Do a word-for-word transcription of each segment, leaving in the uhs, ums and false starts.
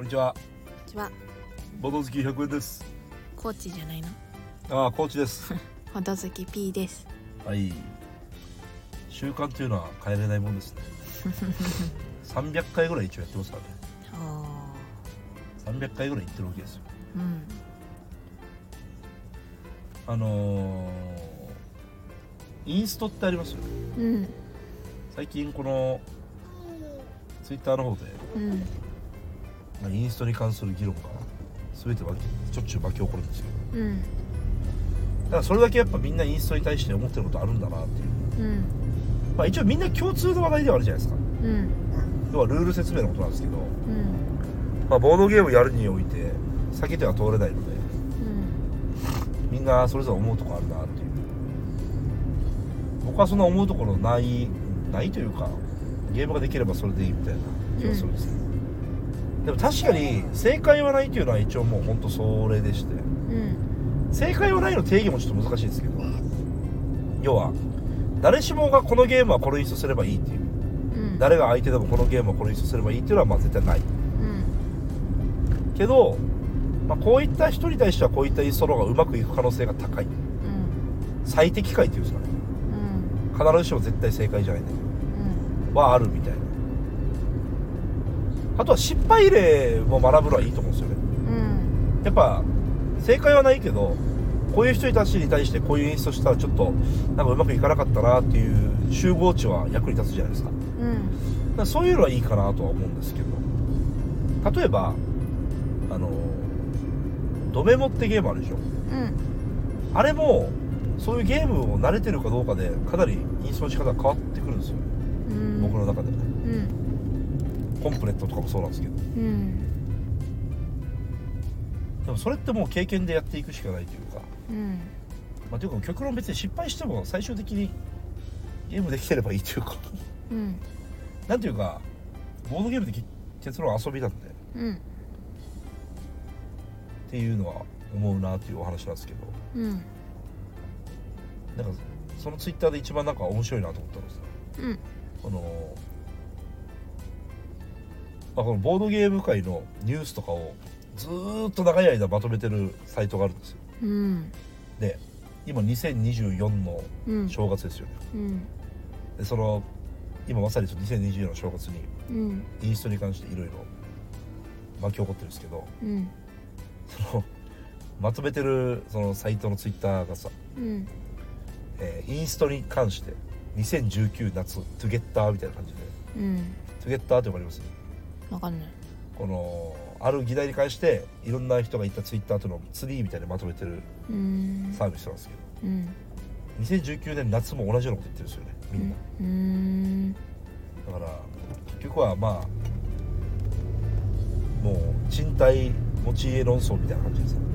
にちは。 こんにちは。 ボド好きひゃくえんです。 コーチじゃないの？ ああ、コーチですボド好き P です。 はい。習慣というのは変えれないもんですねさんびゃっかいぐらい一応やってますからね。さんびゃっかいぐらい言ってるわけですよ。 うん。 あのー、インストってありますよね。 うん。 最近このツイッターの方で、 うん、 インストに関する議論が全てちょっちゅう巻き起こるんですよ。 うん。 だからそれだけやっぱみんなインストに対して思ってることあるんだなっていう、 うん、 まあ一応みんな共通の話題ではあるじゃないですか。 うん、 要はルール説明のことなんですけど、 うん、 まあ、ボードゲームやるにおいて避けては通れないので、 うん、 みんなそれぞれ思うところあるなっていう。僕はそんな思うところないないというか、ゲームができればそれでいいみたいな気がするんですけど、うん、でも確かに正解はないというのは一応もう本当それでして、うん、正解はないの定義もちょっと難しいですけど、要は誰しもがこのゲームはこれインストすればいいっていう、うん、誰が相手でもこのゲームはこれインストすればいいっていうのはまあ絶対ない、うん、けど、まあ、こういった人に対してはこういったインストの方がうまくいく可能性が高い、うん、最適解っていうんですかね、うん、必ずしも絶対正解じゃないんだけど、うん、はあるみたいな。あとは失敗例も学ぶのはいいと思うんですよね、うん、やっぱ正解はないけどこういう人たちに対してこういうインストしたらちょっとなんかうまくいかなかったなっていう集合値は役に立つじゃないですか、うん、だからそういうのはいいかなとは思うんですけど、例えばあのドメモってゲームあるでしょ、うん、あれもそういうゲームを慣れてるかどうかでかなりインストの仕方が変わってくるんですよ、うん、僕の中でね、うん、コンプレットとかもそうなんですけど、うん、でもそれってもう経験でやっていくしかないというか、うん、まあというか極論別に失敗しても最終的にゲームできてればいいというか、うん、なんていうかボードゲームって結論遊びなんで、うん、っていうのは思うなっていうお話なんですけど、うん、なんかそのツイッターで一番なんか面白いなと思ったんですよ、うん、この、まあ、このボードゲーム界のニュースとかをずーっと長い間まとめてるサイトがあるんですよ、うん、で今にせんにじゅうよんの正月ですよね、うん、でその今まさにそのにせんにじゅうよんの正月に、うん、インストに関していろいろ巻き起こってるんですけど、うん、そのまとめてるそのサイトのツイッターがさ、うん、えー、インストに関してにせんじゅうきゅう夏トゥゲッターみたいな感じで、うん、トゥゲッターってわかります？ わかんない。 このある議題に関していろんな人が言ったツイッターというのをツリーみたいにまとめてるサービスなんですけど、うん、にせんじゅうきゅうねん夏も同じようなこと言ってるんですよね、みんな、うん、だから結局はまあもう賃貸持ち家論争みたいな感じですよ、うん、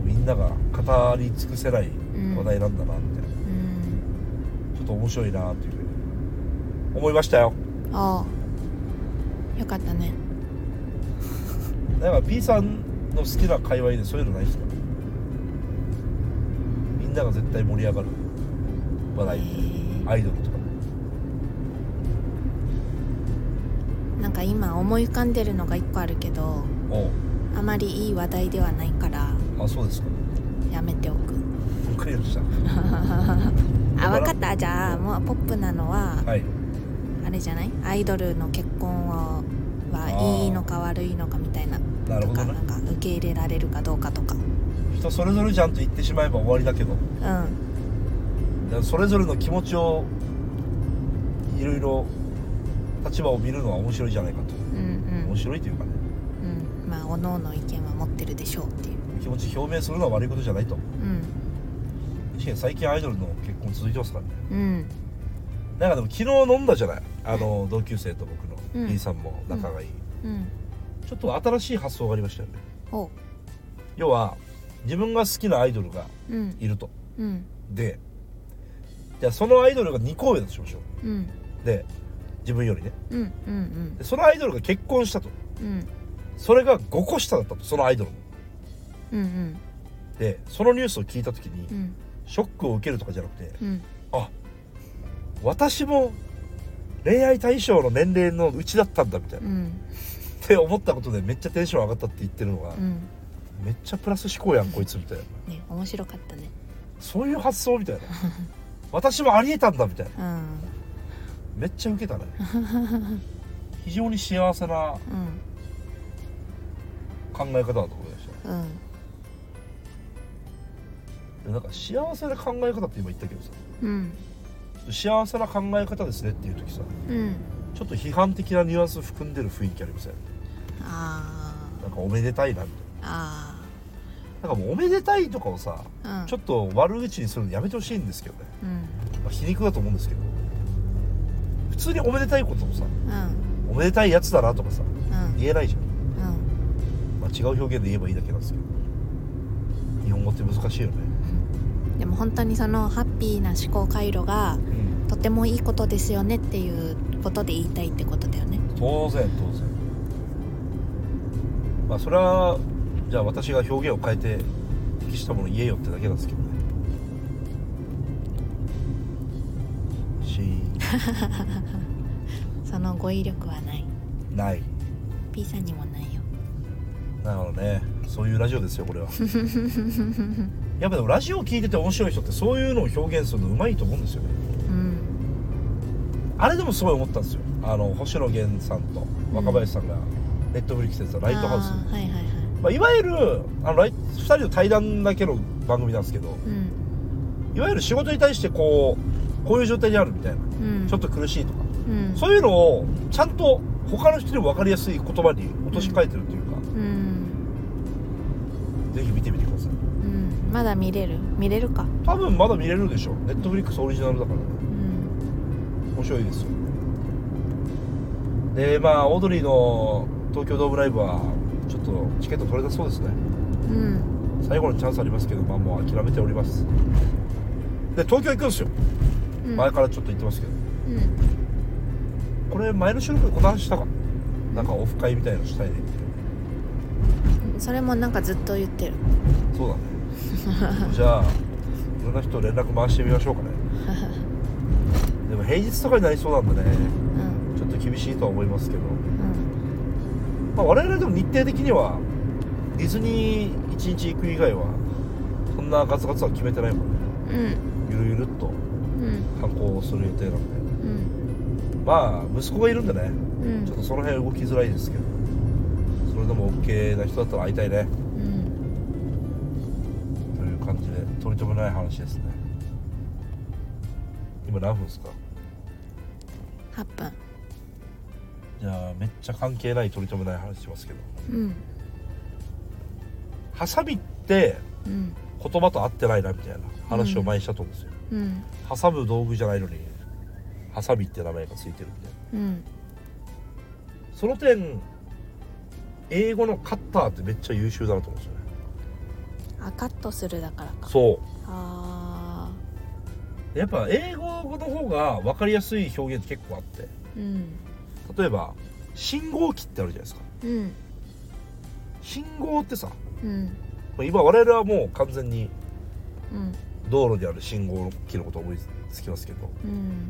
みんなが語り尽くせない話題なんだなみたいな、うん、ちょっと面白いなっていうふうに思いましたよ。 ああ、よかったね。 だから P さんの好きな界隈でそういうのないですか？みんなが絶対盛り上がる話題、アイドルとか。 なんか今思い浮かんでるのが一個あるけど、あまりいい話題ではないから。 あ、そうですか。 やめておく。 わかりましたあ、分かった。じゃあもうポップなのは、はい、あれじゃない？アイドルの結婚をはいいのか悪いのかみたいな。 なるほどね。 なんか受け入れられるかどうかとか。 人それぞれじゃんと言ってしまえば終わりだけど、うん、だからそれぞれの気持ちをいろいろ立場を見るのは面白いじゃないかと、うんうん、面白いというかね、 うん、まあ各々の意見は持ってるでしょうっていう気持ち表明するのは悪いことじゃないと、うん、確かに最近アイドルの結婚続いてますからね、うん、なんかでも昨日飲んだじゃない、あの同級生と僕の B さんも仲がいい、うんうん、ちょっと新しい発想がありましたよね。お、要は自分が好きなアイドルがいると、うん、でじゃあそのアイドルがにこ上だとしましょう、うん、で自分よりね、うんうんうん、でそのアイドルが結婚したと、うん、それがごこ下だったと、そのアイドルも、うんうん、でそのニュースを聞いた時に、うん、ショックを受けるとかじゃなくて、うん、あ、私も恋愛対象の年齢のうちだったんだみたいな、うん、 って思ったことでめっちゃテンション上がったって言ってるのが、うん、めっちゃプラス思考やんこいつみたいなね、面白かったね。 そういう発想みたいな私もありえたんだみたいな、うん、めっちゃウケたね非常に幸せな考え方だと思いました、うん、なんか幸せな考え方って今言ったけどさ、うん、幸せな考え方ですねっていう時さ、うん、ちょっと批判的なニュアンス含んでる雰囲気ありません？あなんかおめでたいなみたいな。あなんかもうおめでたいとかをさ、うん、ちょっと悪口にするのやめてほしいんですけどね、うんまあ、皮肉だと思うんですけど普通におめでたいことをさ、うん、おめでたいやつだなとかさ、うん、言えないじゃん、うんまあ、違う表現で言えばいいだけなんですけど日本語って難しいよね。 でも本当にそのハッピーな思考回路が、うん、とてもいいことですよねっていうことで言いたいってことだよね。 当然当然まあそれはじゃあ私が表現を変えて適したもの言えよってだけなんですけどねしその語彙力はないない P さんにもないよ。 なるほどね。そういうラジオですよこれはやっぱでもラジオ聞いてて面白い人ってそういうのを表現するのうまいと思うんですよね、うん、あれでもすごい思ったんですよ。あの星野源さんと若林さんがネットフリックスでやってたライトハウス、うんはいはいはいまあ、いわゆるあのライふたりの対談だけの番組なんですけど、うん、いわゆる仕事に対してこうこういう状態にあるみたいな、うん、ちょっと苦しいとか、うん、そういうのをちゃんと他の人にも分かりやすい言葉に落とし替えてるっていうか、うん、ぜひ見てみてください、うん、 まだ見れる見れるか多分まだ見れるでしょ。ネットフリックスオリジナルだからね、うん、面白いですよ。でまあオードリーの東京ドームライブはちょっとチケット取れたそうですね、うん、最後のチャンスありますけど、まあ、もう諦めております。で東京行くんですよ、うん、前からちょっと言ってますけど、うん、これ前の収録でこの話したかなんかオフ会みたいなのしたいねって。 それもなんかずっと言ってる。 そうだねじゃあいろんな人連絡回してみましょうかねでも平日とかになりそうなんでね、うん、ちょっと厳しいとは思いますけど、まあ、我々でも日程的にはディズニーいちにち行く以外はそんなガツガツは決めてないもんね、うん、ゆるゆるっと観光する予定なんで、うん、まあ息子がいるんでね、うん、ちょっとその辺動きづらいですけどそれでも OK な人だったら会いたいね、うん、という感じで取り留めない話ですね。今何分ですか？ はっぷん。 じゃあめっちゃ関係ない取り留めない話しますけど、うん、ハサミって言葉と合ってないなみたいな話を前にしたと思うんですよ、うん、挟む道具じゃないのにハサミって名前がついてるみたいな、うん、その点英語のカッターってめっちゃ優秀だなと思うんですよね。 あカットするだからか。 そうあやっぱ英語の方が分かりやすい表現って結構あって、うん例えば信号機ってあるじゃないですか、うん、信号ってさ、うん、今我々はもう完全に道路にある信号機のことを思いつきますけど、うん、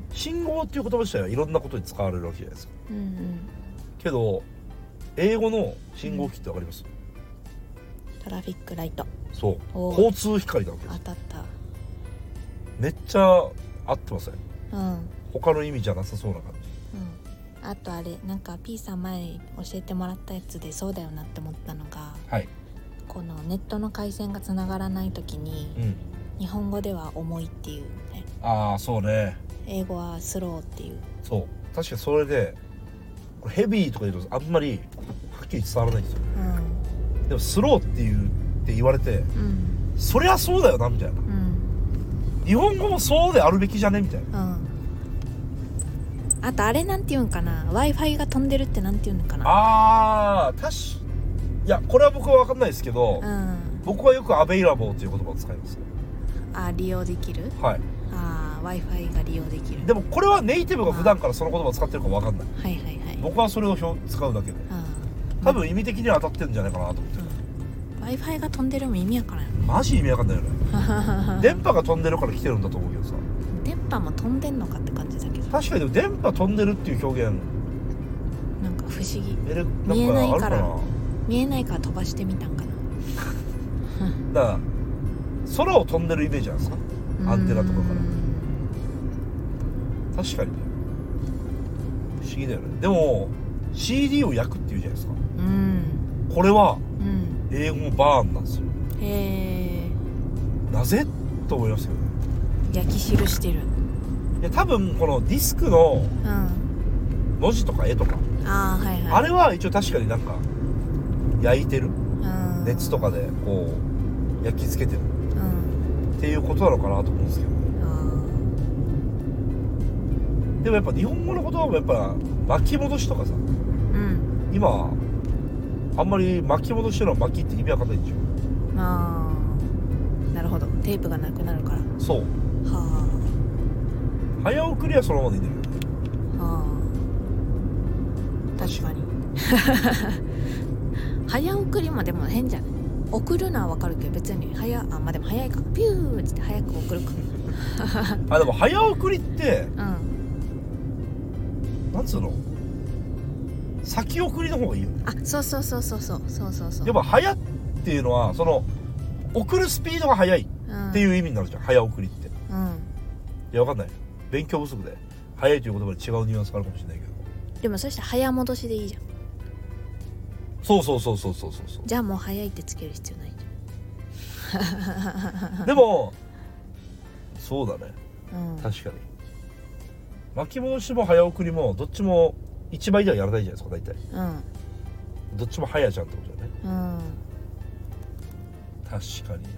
信号っていう言葉自体はいろんなことに使われるわけじゃないですか、うんうん、けど英語の信号機ってわかります、 うん、トラフィックライト。 そう交通光なわけです。 当たった。 めっちゃ合ってません、うん、他の意味じゃなさそうな感じ。 あとあれなんか P さん前教えてもらったやつでそうだよなって思ったのが、はい、このネットの回線がつながらない時に、うん、日本語では重いっていうね。 ああそうね。 英語はスローっていう。 そう確かにそれでこれヘビーとか言うとあんまりはっきり伝わらないんですよ、うん、でもスローっていうって言われて、うん、そりゃそうだよなみたいな、うん、日本語もそうであるべきじゃねみたいな、うんあとあれなんて言うんかな Wi-Fi が飛んでるってなんて言うのかな。 ああ確かいやこれは僕は分かんないですけど、うん、僕はよくアベイラボーという言葉を使います。 あ利用できる。はい。あ Wi-Fi が利用できる。 でもこれはネイティブが普段からその言葉を使ってるか分かんない。はいはいはい。僕はそれを使うだけで多分意味的には当たってるんじゃないかなと思ってる、 うん、Wi-Fi が飛んでるも意味わからん。 マジ意味わかんないよね電波が飛んでるから来てるんだと思うけどさ。 電波も飛んでんのかって感じだけど。 確かにでも電波飛んでるっていう表現なんか不思議。見えないから見えないから飛ばしてみたんかなだから空を飛んでるイメージなんですか、アンテナとかから。確かにね、不思議だよね。でも シーディー を焼くっていうじゃないですか。うん、これは英語もバーンなんですよ。へえ。なぜと思いますよね。 焼き印してる。 いや多分このディスクの文字とか絵とか、うん、あ, はい、はい、あれは一応確かになんか焼いてる、熱とかでこう焼き付けてる、うん、っていうことなのかなと思うんですけど、でもやっぱ日本語の言葉もやっぱ巻き戻しとかさ、うん、今あんまり巻き戻しの巻きって意味わかんないんでしょ。 ああ、なるほど。テープがなくなるから。 そう。はあ。早送りはそのままでいいんだけど。はあ。確かに。早送りもでも変じゃない。送るのはわかるけど別に早あまあでも早いか。ピューって早く送るか。 あでも早送りって、うん、なんつうの。先送りの方がいいよね。 あ、そうそうそうそうそうそうそうそう。 やっぱ早っていうのはその送るスピードが速いっていう意味になるじゃん、うん、早送りって。うん。いやわかんない。勉強不足で早いという言葉に違うニュアンスがあるかもしれないけど。 でもそしたら早戻しでいいじゃん。 そうそうそうそうそうそう。 じゃあもう早いってつける必要ないじゃん。でもそうだね。うん、確かに。巻き戻しも早送りもどっちも一倍ではやらないじゃないですか大体、うん、どっちも早じゃんってことだよね、うん、確かにな。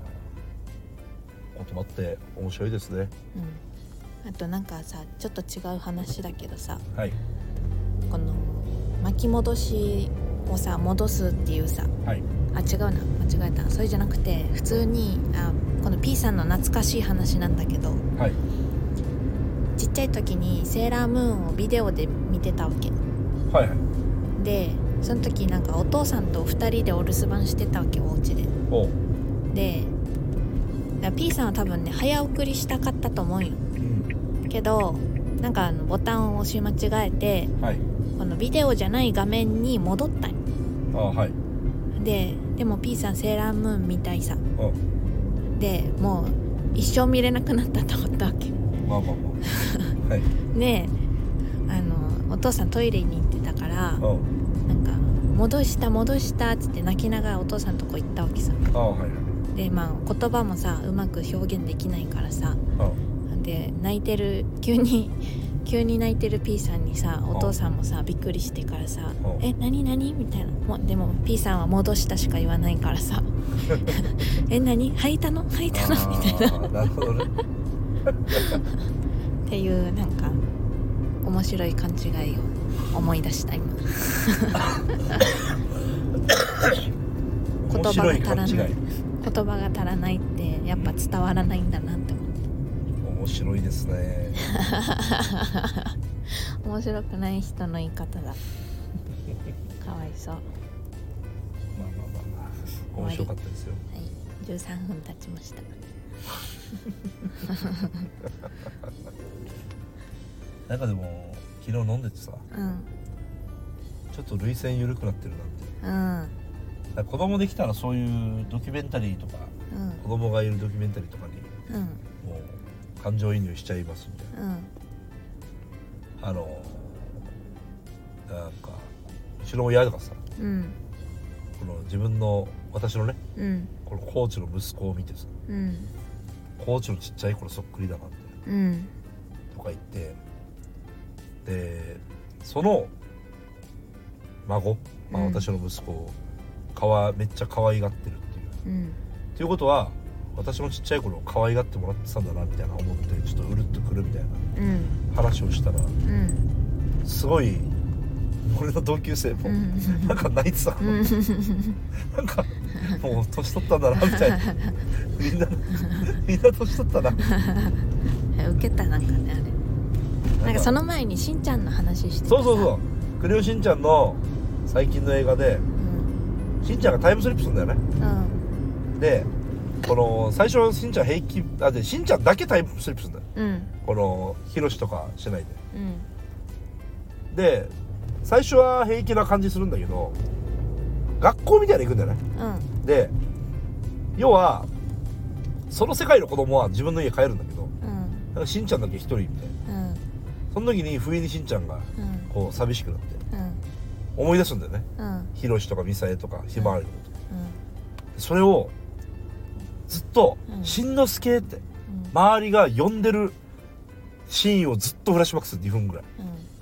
言葉って面白いですね、 うん、あとなんかさちょっと違う話だけどさ、はい、この巻き戻しをさ戻すっていうさ、はい、あ違うな間違えた。それじゃなくて普通にあこの P さんの懐かしい話なんだけど、はい、ちっちゃい時にセーラームーンをビデオで見てたわけ。はいはい。でその時なんかお父さんとふたりでお留守番してたわけ、お家で。おで P さんは多分ね早送りしたかったと思うよ、うん、けどなんかあのボタンを押し間違えて、はい、このビデオじゃない画面に戻ったんよ。あ、はい、ででも P さんセーラームーン見たいさ。でもう一生見れなくなったと思ったわけ。まあまあまあはい、であのお父さんトイレに行ってたから、なんか戻した戻したっつって泣きながらお父さんのとこ行ったわけさ。あ、はいはい、でまあ言葉もさうまく表現できないからさ、で泣いてる急に急に泣いてる P さんにさお父さんもさびっくりしてからさえ何何みたいな。もでも P さんは戻したしか言わないからさえ何吐いたの吐いたのみたいな。なるほどねっていうなんか面白い勘違いを思い出した今言葉が足らない言葉が足らないってやっぱ伝わらないんだなって思って。 面白いですね面白くない人の言い方だかわいそう。まあまあまあまあ面白かったですよ。 はい、じゅうさんぷん経ちましたなんかでも昨日飲んでてさ、うん、ちょっと涙腺緩くなってるなって、うん、だ子供できたらそういうドキュメンタリーとか、うん、子供がいるドキュメンタリーとかに、うん、もう感情移入しちゃいますみたいな、うん、あのなんかうちの親とかさ、うん、この自分の私のね、うん、このコーチの息子を見てさ、うん、コーチのちっちゃい頃そっくりだなって、うん、とか言って、でその孫、まあ、私の息子をかわめっちゃ可愛がってるっていう、うん、っていうことは私もちっちゃい頃可愛がってもらってたんだなみたいな思ってちょっとうるっとくるみたいな話をしたら、うん、すごい俺の同級生もなんか泣いてた、うん、なんかもう年取ったんだなみたいなみんなみんな年取ったなウケた。なんかねあれなんかその前にしんちゃんの話してた。 そうそうそうクレヨンしんちゃんの最近の映画で、うん、しんちゃんがタイムスリップするんだよね、うん、でこの最初しんちゃん平気あでしんちゃんだけタイムスリップするんだよ、うん、このヒロシとかしないで、うん、で最初は平気な感じするんだけど、学校みたいなの行くんだよね、うん、で要はその世界の子供は自分の家帰るんだけど、うん、なんかしんちゃんだけ一人みたいな、うん、その時に不意にしんちゃんがこう寂しくなって、うん、思い出すんだよね、うん、ひろしとかみさえとかひまわりのこと、うん、それをずっとしんのすけって、うん、周りが呼んでるシーンをずっとフラッシュバックするにふんぐらい、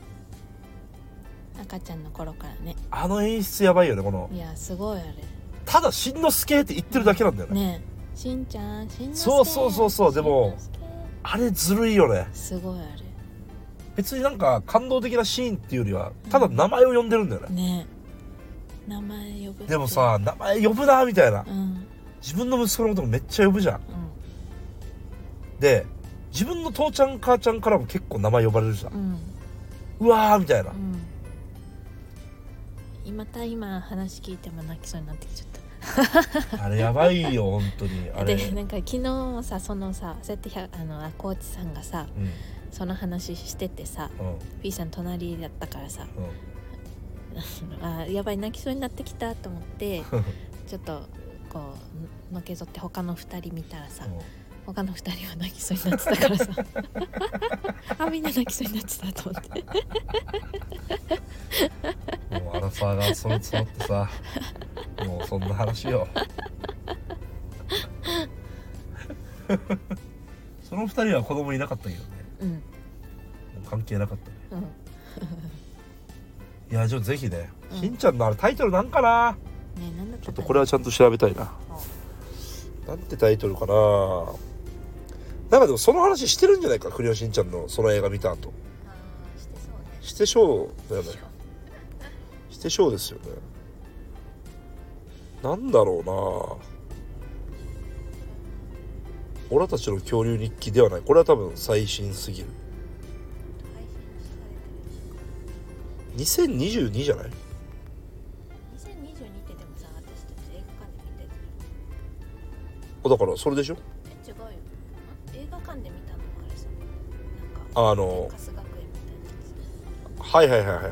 うん、赤ちゃんの頃からね。 あの演出やばいよね。このいやすごいあれ、 ただしんのすけって言ってるだけなんだよね、うん、 ねえしんちゃんしんのすけ、 そうそうそうそう、でもあれずるいよね。 すごいあれ、 別になんか感動的なシーンっていうよりはただ名前を呼んでるんだよね、うん、ねえ名前呼ぶ、 でもさ名前呼ぶなみたいな、うん、自分の息子のこともめっちゃ呼ぶじゃん、うん、で自分の父ちゃん母ちゃんからも結構名前呼ばれるじゃん、うん、うわーみたいな、うん、 また今話聞いても泣きそうになってきちゃったあれやばいよ本当に。あれでなんか昨日さそのさそうやってあのコーチさんがさ、うん、その話しててさ、うん、P さん隣だったからさ、うん、あやばい泣きそうになってきたと思ってちょっとこうのけぞって他のふたり見たらさ、うん他のふたりは泣きそうになってたからさあみんな泣きそうになってたと思ってもうアラサーがそれ伝わってさもうそんな話よそのふたりは子供いなかったけどね、うん、もう関係なかったね、うん、いやちょっとぜひね、うん、しんちゃんのあれタイトルなんかな、ね、なんだったかな、ちょっとこれはちゃんと調べたいな、なんてタイトルかな。なんかでもその話してるんじゃないか、クレヨンしんちゃんのその映画見た後。あーしてそうね。してそうだよね。してそうですよね。なんだろうな。オラたちの恐竜日記ではない。これは多分最新すぎる。にせんにじゅうにじゃない？にせんにじゅうにってでもさ、私たち映画館で見てる。 あ、だからそれでしょ？ え、違うよ。映画館で見たのもあれさ、なんかあの春日学園みたいなやつ。はいはいはいはいはい。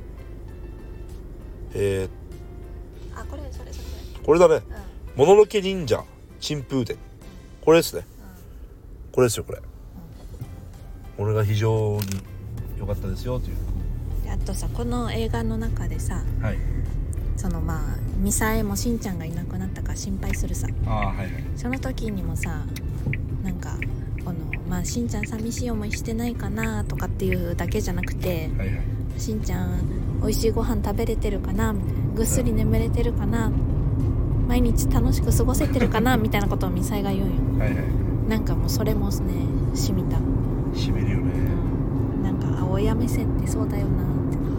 えー、あ、これそれそれこれだね。もののけ忍者珍風伝。これですね。うん、これですよこれ。うん、俺が非常に良かったですよという。 であとさ、この映画の中でさ、はい、そのまあミサエもしんちゃんがいなくなったから心配するさ。 あ、はいはい、 その時にもさ、なんかこのまあしんちゃん寂しい思いしてないかなとかっていうだけじゃなくて、はいはい、しんちゃん美味しいご飯食べれてるかなみたいな、ぐっすり眠れてるかな、毎日楽しく過ごせてるかなみたいなことをミサイが言うんよ。はいはい、なんかもうそれもね染みた。 染みるよね、 うん、なんか親目線ってそうだよなってなった。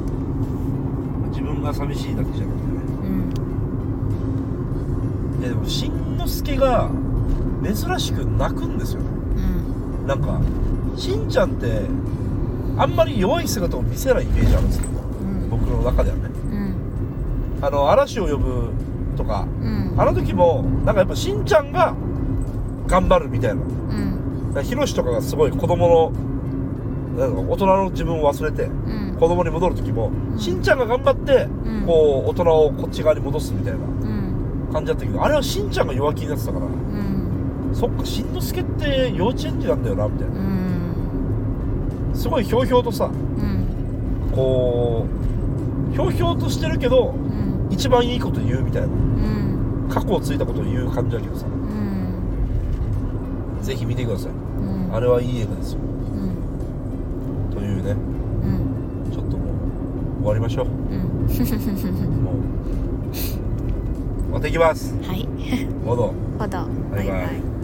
自分が寂しいだけじゃなくてね、うん、いやでもしんのすけが珍しく泣くんですよね、うん、なんかしんちゃんってあんまり弱い姿を見せないイメージあるんですけど、うん、僕の中ではね、うん、あの嵐を呼ぶとか、うん、あの時もなんかやっぱしんちゃんが頑張るみたいな、うん、ヒロシとかがすごい子供のなんか大人の自分を忘れて、うん、子供に戻る時も、うん、しんちゃんが頑張って、うん、こう大人をこっち側に戻すみたいな感じだったけど、あれはしんちゃんが弱気になってたから、うん、そっかしんのすけって幼稚園児なんだよなみたいな、うん、すごいひょうひょうとさ、うん、こうひょうひょうとしてるけど、うん、一番いいこと言うみたいな、うん、過去をついたことを言う感じだけどさ、うん、ぜひ見てください、うん、あれはいい映画ですよ、うん、というね、うん、ちょっともう終わりましょう、うん、もう終わっていきます。 はいほどほどバイバイ。